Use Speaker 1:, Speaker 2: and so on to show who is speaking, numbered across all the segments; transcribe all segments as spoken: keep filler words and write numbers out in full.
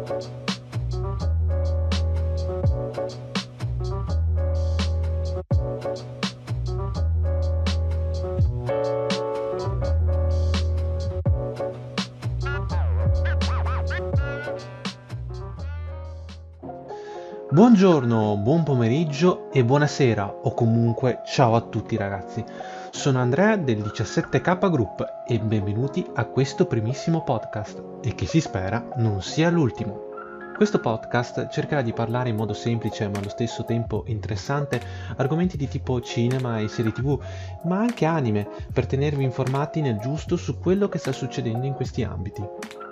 Speaker 1: Buongiorno, buon pomeriggio e buonasera o comunque ciao a tutti ragazzi. Sono Andrea del diciassette K Group e benvenuti a questo primissimo podcast e che si spera non sia l'ultimo. Questo podcast cercherà di parlare in modo semplice ma allo stesso tempo interessante argomenti di tipo cinema e serie tv, ma anche anime, per tenervi informati nel giusto su quello che sta succedendo in questi ambiti.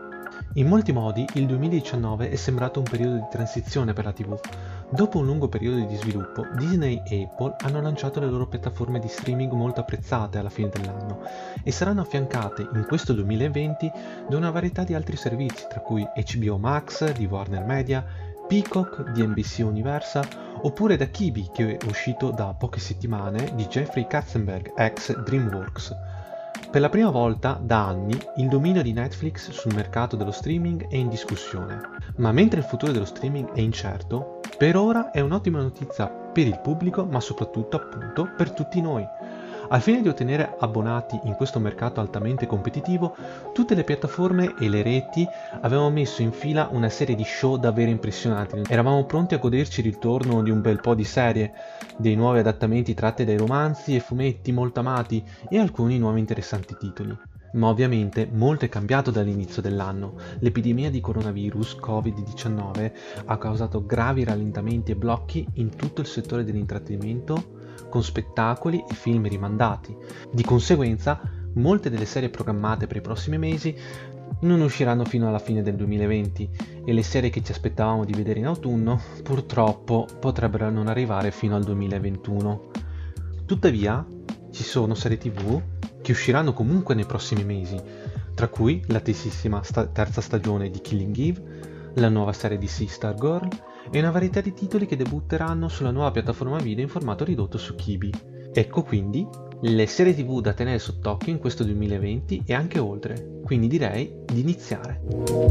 Speaker 1: In molti modi il duemiladiciannove è sembrato un periodo di transizione per la tivù. Dopo un lungo periodo di sviluppo, Disney e Apple hanno lanciato le loro piattaforme di streaming molto apprezzate alla fine dell'anno e saranno affiancate in questo duemilaventi da una varietà di altri servizi, tra cui H B O Max di Warner Media, Peacock di N B C Universal oppure da Quibi, che è uscito da poche settimane, di Jeffrey Katzenberg ex DreamWorks. Per la prima volta da anni il dominio di Netflix sul mercato dello streaming è in discussione, ma mentre il futuro dello streaming è incerto, per ora è un'ottima notizia per il pubblico, ma soprattutto appunto per tutti noi. Al fine di ottenere abbonati in questo mercato altamente competitivo, tutte le piattaforme e le reti avevano messo in fila una serie di show davvero impressionanti. Eravamo pronti a goderci il ritorno di un bel po' di serie, dei nuovi adattamenti tratte dai romanzi e fumetti molto amati e alcuni nuovi interessanti titoli. Ma ovviamente molto è cambiato dall'inizio dell'anno. L'epidemia di coronavirus covid diciannove ha causato gravi rallentamenti e blocchi in tutto il settore dell'intrattenimento, con spettacoli e film rimandati. Di conseguenza, molte delle serie programmate per i prossimi mesi non usciranno fino alla fine del duemilaventi e le serie che ci aspettavamo di vedere in autunno purtroppo potrebbero non arrivare fino al duemilaventuno. Tuttavia, ci sono serie tivù che usciranno comunque nei prossimi mesi, tra cui l'attesissima sta- terza stagione di Killing Eve, la nuova serie di Sister Girl e una varietà di titoli che debutteranno sulla nuova piattaforma video in formato ridotto su Quibi. Ecco quindi le serie tivù da tenere sott'occhio in questo duemilaventi e anche oltre, quindi direi di iniziare.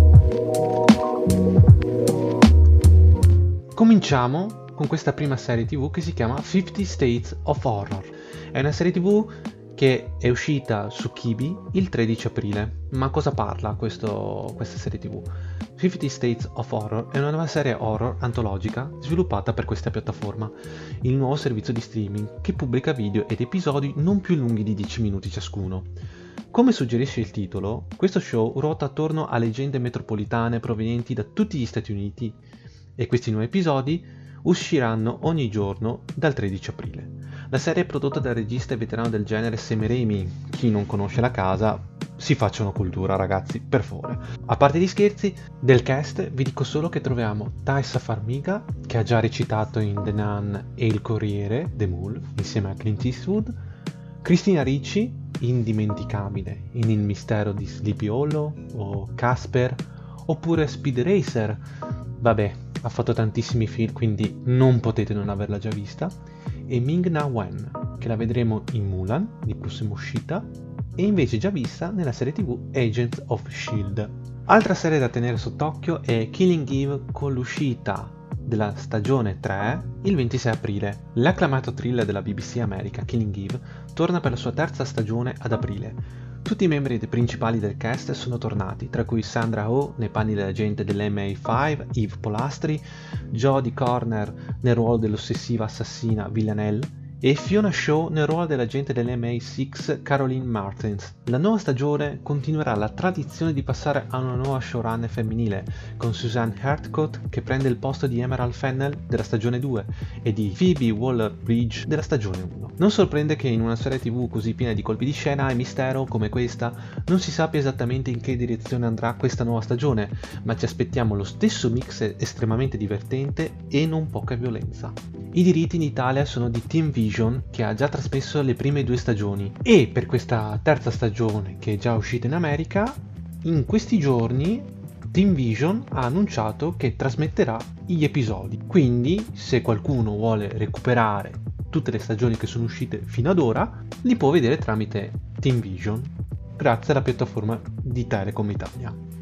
Speaker 1: Cominciamo con questa prima serie tivù che si chiama Fifty States of Horror. È una serie tivù che è uscita su Quibi il tredici aprile. Ma cosa parla questo, questa serie tivù? Fifty States of Horror è una nuova serie horror antologica sviluppata per questa piattaforma, il nuovo servizio di streaming che pubblica video ed episodi non più lunghi di dieci minuti ciascuno. Come suggerisce il titolo, questo show ruota attorno a leggende metropolitane provenienti da tutti gli Stati Uniti e questi nuovi episodi usciranno ogni giorno dal tredici aprile. La serie è prodotta dal regista e veterano del genere Sam Raimi. Chi non conosce la casa, si faccia una cultura ragazzi, per favore. A parte gli scherzi, del cast vi dico solo che troviamo Taissa Farmiga, che ha già recitato in The Nun e Il Corriere, The Mule, insieme a Clint Eastwood, Christina Ricci, indimenticabile in Il mistero di Sleepy Hollow o Casper, oppure Speed Racer. Vabbè, ha fatto tantissimi film, quindi non potete non averla già vista, e Ming-Na Wen, che la vedremo in Mulan, di prossima uscita, e invece già vista nella serie tivù Agents of Shield. Altra serie da tenere sott'occhio è Killing Eve, con l'uscita della stagione tre il ventisei aprile. L'acclamato thriller della B B C America Killing Eve torna per la sua terza stagione ad aprile. Tutti i membri principali del cast sono tornati, tra cui Sandra Oh nei panni dell'agente dell'M I cinque, Eve Polastri, Jodie Corner nel ruolo dell'ossessiva assassina Villanelle e Fiona Shaw nel ruolo dell'agente dell'M I sei Caroline Martins. La nuova stagione continuerà la tradizione di passare a una nuova showrunner femminile, con Suzanne Heathcote che prende il posto di Emerald Fennell della stagione due e di Phoebe Waller-Bridge della stagione uno. Non sorprende che in una serie tivù così piena di colpi di scena e mistero come questa non si sappia esattamente in che direzione andrà questa nuova stagione, ma ci aspettiamo lo stesso mix estremamente divertente e non poca violenza. I diritti in Italia sono di Team Vision, che ha già trasmesso le prime due stagioni, e per questa terza stagione, che è già uscita in America, in questi giorni Team Vision ha annunciato che trasmetterà gli episodi. Quindi, se qualcuno vuole recuperare tutte le stagioni che sono uscite fino ad ora, li può vedere tramite Team Vision, grazie alla piattaforma di Telecom Italia.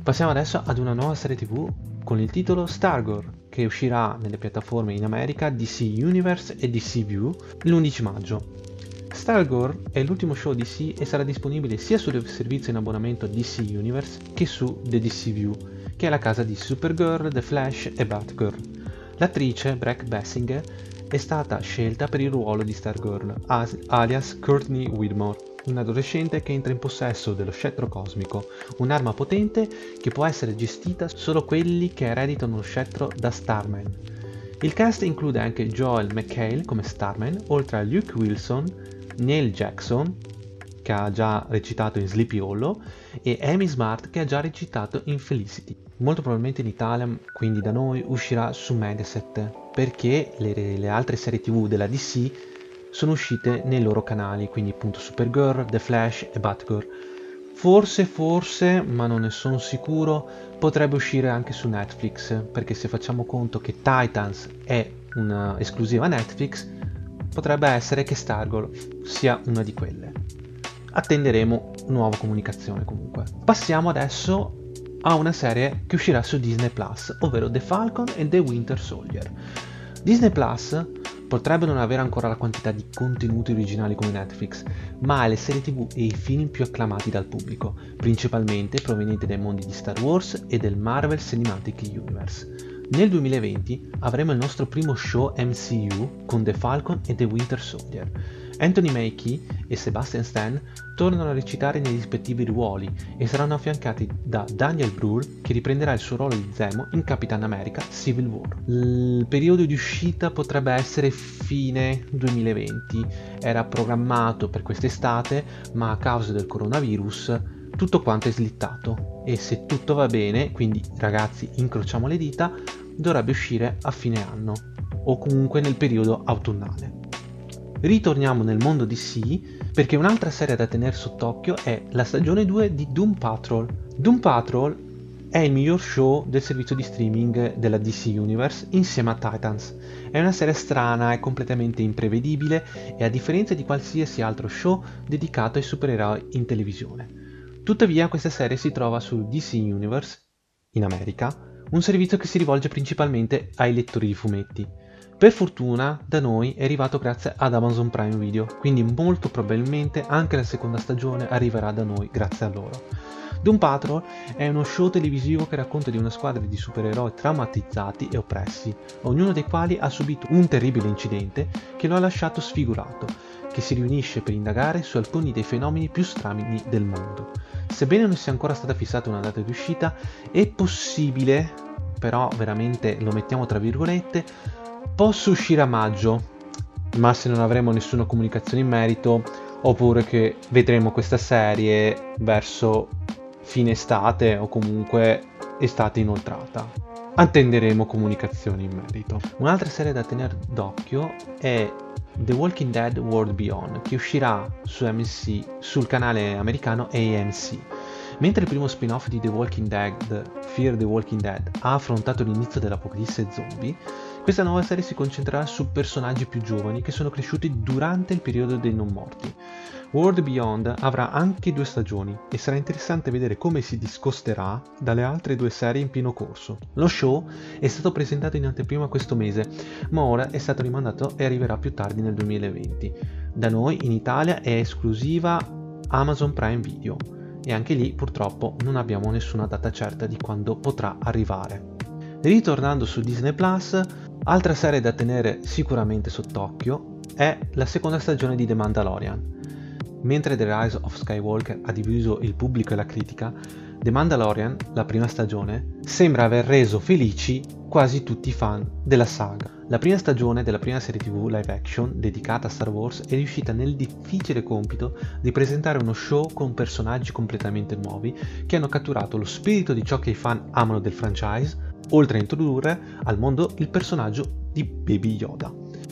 Speaker 1: Passiamo adesso ad una nuova serie tv con il titolo Stargirl, che uscirà nelle piattaforme in America D C Universe e D C View l'undici maggio. Stargirl è l'ultimo show D C e sarà disponibile sia sul servizio in abbonamento D C Universe che su The D C View, che è la casa di Supergirl, The Flash e Batgirl. L'attrice Brec Bassinger è stata scelta per il ruolo di Stargirl, alias Courtney Whitmore, un adolescente che entra in possesso dello scettro cosmico, un'arma potente che può essere gestita solo quelli che ereditano lo scettro da Starman. Il cast include anche Joel McHale come Starman, oltre a Luke Wilson, Neil Jackson, che ha già recitato in Sleepy Hollow, e Amy Smart, che ha già recitato in Felicity. Molto probabilmente in Italia, quindi da noi, uscirà su Mediaset, perché le, le altre serie tv della D C sono uscite nei loro canali, quindi appunto Supergirl, The Flash e Batgirl. Forse, forse, ma non ne sono sicuro, potrebbe uscire anche su Netflix, perché se facciamo conto che Titans è un'esclusiva Netflix, potrebbe essere che Stargirl sia una di quelle. Attenderemo nuova comunicazione comunque. Passiamo adesso a una serie che uscirà su Disney Plus, ovvero The Falcon and the Winter Soldier. Disney Plus potrebbe non avere ancora la quantità di contenuti originali come Netflix, ma ha le serie tv e i film più acclamati dal pubblico, principalmente provenienti dai mondi di Star Wars e del Marvel Cinematic Universe. Nel duemilaventi avremo il nostro primo show M C U con The Falcon e The Winter Soldier. Anthony Mackie e Sebastian Stan tornano a recitare nei rispettivi ruoli e saranno affiancati da Daniel Brühl, che riprenderà il suo ruolo di Zemo in Capitan America Civil War. Il periodo di uscita potrebbe essere fine duemilaventi, era programmato per quest'estate, ma a causa del coronavirus tutto quanto è slittato e se tutto va bene, quindi ragazzi incrociamo le dita, dovrebbe uscire a fine anno o comunque nel periodo autunnale. Ritorniamo nel mondo D C perché un'altra serie da tenere sott'occhio è la stagione due di Doom Patrol. Doom Patrol è il miglior show del servizio di streaming della D C Universe insieme a Titans. È una serie strana, è completamente imprevedibile e a differenza di qualsiasi altro show dedicato ai supereroi in televisione. Tuttavia questa serie si trova su D C Universe, in America, un servizio che si rivolge principalmente ai lettori di fumetti. Per fortuna da noi è arrivato grazie ad Amazon Prime Video, quindi molto probabilmente anche la seconda stagione arriverà da noi grazie a loro. Doom Patrol è uno show televisivo che racconta di una squadra di supereroi traumatizzati e oppressi, ognuno dei quali ha subito un terribile incidente che lo ha lasciato sfigurato, che si riunisce per indagare su alcuni dei fenomeni più strani del mondo. Sebbene non sia ancora stata fissata una data di uscita, è possibile, però veramente lo mettiamo tra virgolette, possa uscire a maggio, ma se non avremo nessuna comunicazione in merito, oppure che vedremo questa serie verso fine estate o comunque estate inoltrata. Attenderemo comunicazioni in merito. Un'altra serie da tenere d'occhio è The Walking Dead World Beyond, che uscirà su M C sul canale americano A M C. Mentre il primo spin-off di The Walking Dead, Fear the Walking Dead, ha affrontato l'inizio dell'apocalisse zombie, questa nuova serie si concentrerà su personaggi più giovani che sono cresciuti durante il periodo dei non morti. World Beyond avrà anche due stagioni e sarà interessante vedere come si discosterà dalle altre due serie in pieno corso. Lo show è stato presentato in anteprima questo mese, ma ora è stato rimandato e arriverà più tardi nel duemilaventi. Da noi in Italia è esclusiva Amazon Prime Video e anche lì purtroppo non abbiamo nessuna data certa di quando potrà arrivare. Ritornando su Disney Plus, altra serie da tenere sicuramente sott'occhio è la seconda stagione di The Mandalorian. Mentre The Rise of Skywalker ha diviso il pubblico e la critica, The Mandalorian, la prima stagione, sembra aver reso felici quasi tutti i fan della saga. La prima stagione della prima serie tv live action dedicata a Star Wars è riuscita nel difficile compito di presentare uno show con personaggi completamente nuovi che hanno catturato lo spirito di ciò che i fan amano del franchise, oltre a introdurre al mondo il personaggio di Baby Yoda.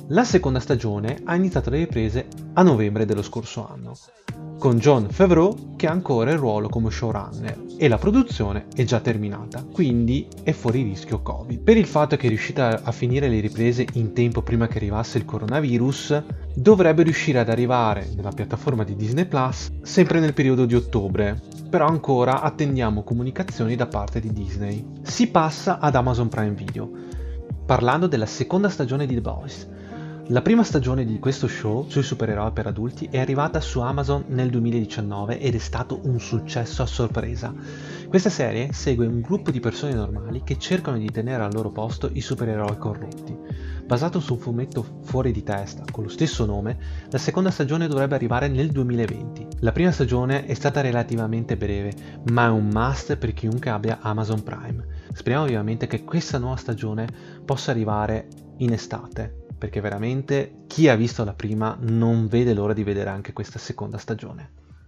Speaker 1: La seconda stagione ha iniziato le riprese a novembre dello scorso anno, con Jon Favreau che ha ancora il ruolo come showrunner e la produzione è già terminata, quindi è fuori rischio Covid. Per il fatto che è riuscita a finire le riprese in tempo prima che arrivasse il coronavirus, dovrebbe riuscire ad arrivare nella piattaforma di Disney Plus sempre nel periodo di ottobre, però ancora attendiamo comunicazioni da parte di Disney. Si passa ad Amazon Prime Video, parlando della seconda stagione di The Boys. La prima stagione di questo show sui supereroi per adulti è arrivata su Amazon nel duemiladiciannove ed è stato un successo a sorpresa. Questa serie segue un gruppo di persone normali che cercano di tenere al loro posto i supereroi corrotti. Basato su un fumetto fuori di testa con lo stesso nome, la seconda stagione dovrebbe arrivare nel duemilaventi. La prima stagione è stata relativamente breve, ma è un must per chiunque abbia Amazon Prime. Speriamo ovviamente che questa nuova stagione possa arrivare in estate, perché veramente chi ha visto la prima non vede l'ora di vedere anche questa seconda stagione.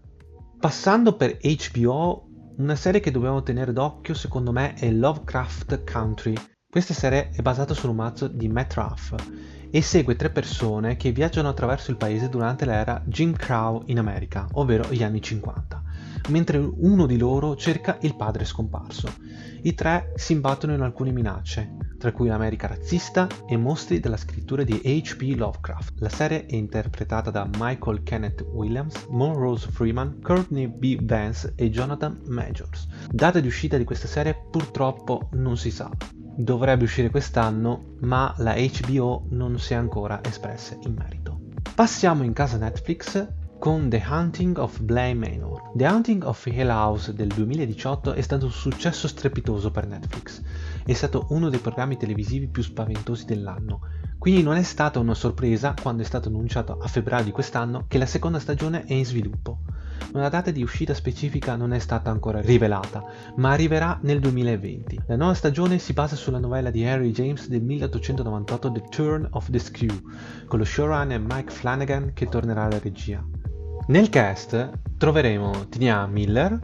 Speaker 1: Passando per H B O, una serie che dobbiamo tenere d'occhio secondo me è Lovecraft Country. Questa serie è basata sul romanzo di Matt Ruff e segue tre persone che viaggiano attraverso il paese durante l'era Jim Crow in America, ovvero gli anni cinquanta, mentre uno di loro cerca il padre scomparso. I tre si imbattono in alcune minacce, tra cui l'America razzista e mostri della scrittura di H P Lovecraft. La serie è interpretata da Michael Kenneth Williams, Monrose Freeman, Courtney B. Vance e Jonathan Majors. Data di uscita di questa serie purtroppo non si sa. Dovrebbe uscire quest'anno, ma la H B O non si è ancora espressa in merito. Passiamo in casa Netflix con The Haunting of Bly Manor. The Haunting of Hill House del duemiladiciotto è stato un successo strepitoso per Netflix. È stato uno dei programmi televisivi più spaventosi dell'anno, quindi non è stata una sorpresa quando è stato annunciato a febbraio di quest'anno che la seconda stagione è in sviluppo. Una data di uscita specifica non è stata ancora rivelata, ma arriverà nel duemilaventi. La nuova stagione si basa sulla novella di Henry James del milleottocentonovantotto The Turn of the Screw, con lo showrunner Mike Flanagan che tornerà alla regia. Nel cast troveremo Tina Miller,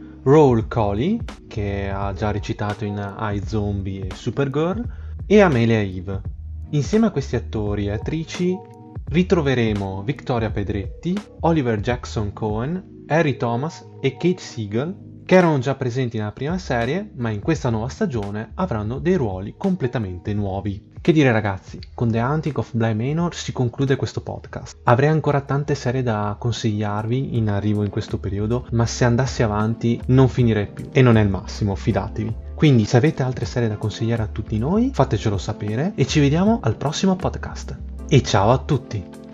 Speaker 1: Raul Coley, che ha già recitato in iZombie e Supergirl, e Amelia Eve. Insieme a questi attori e attrici ritroveremo Victoria Pedretti, Oliver Jackson Cohen, Harry Thomas e Kate Siegel, che erano già presenti nella prima serie, ma in questa nuova stagione avranno dei ruoli completamente nuovi. Che dire ragazzi, con The Haunting of Bly Manor si conclude questo podcast. Avrei ancora tante serie da consigliarvi in arrivo in questo periodo, ma se andassi avanti non finirei più, e non è il massimo, fidatevi. Quindi se avete altre serie da consigliare a tutti noi, fatecelo sapere e ci vediamo al prossimo podcast. E ciao a tutti!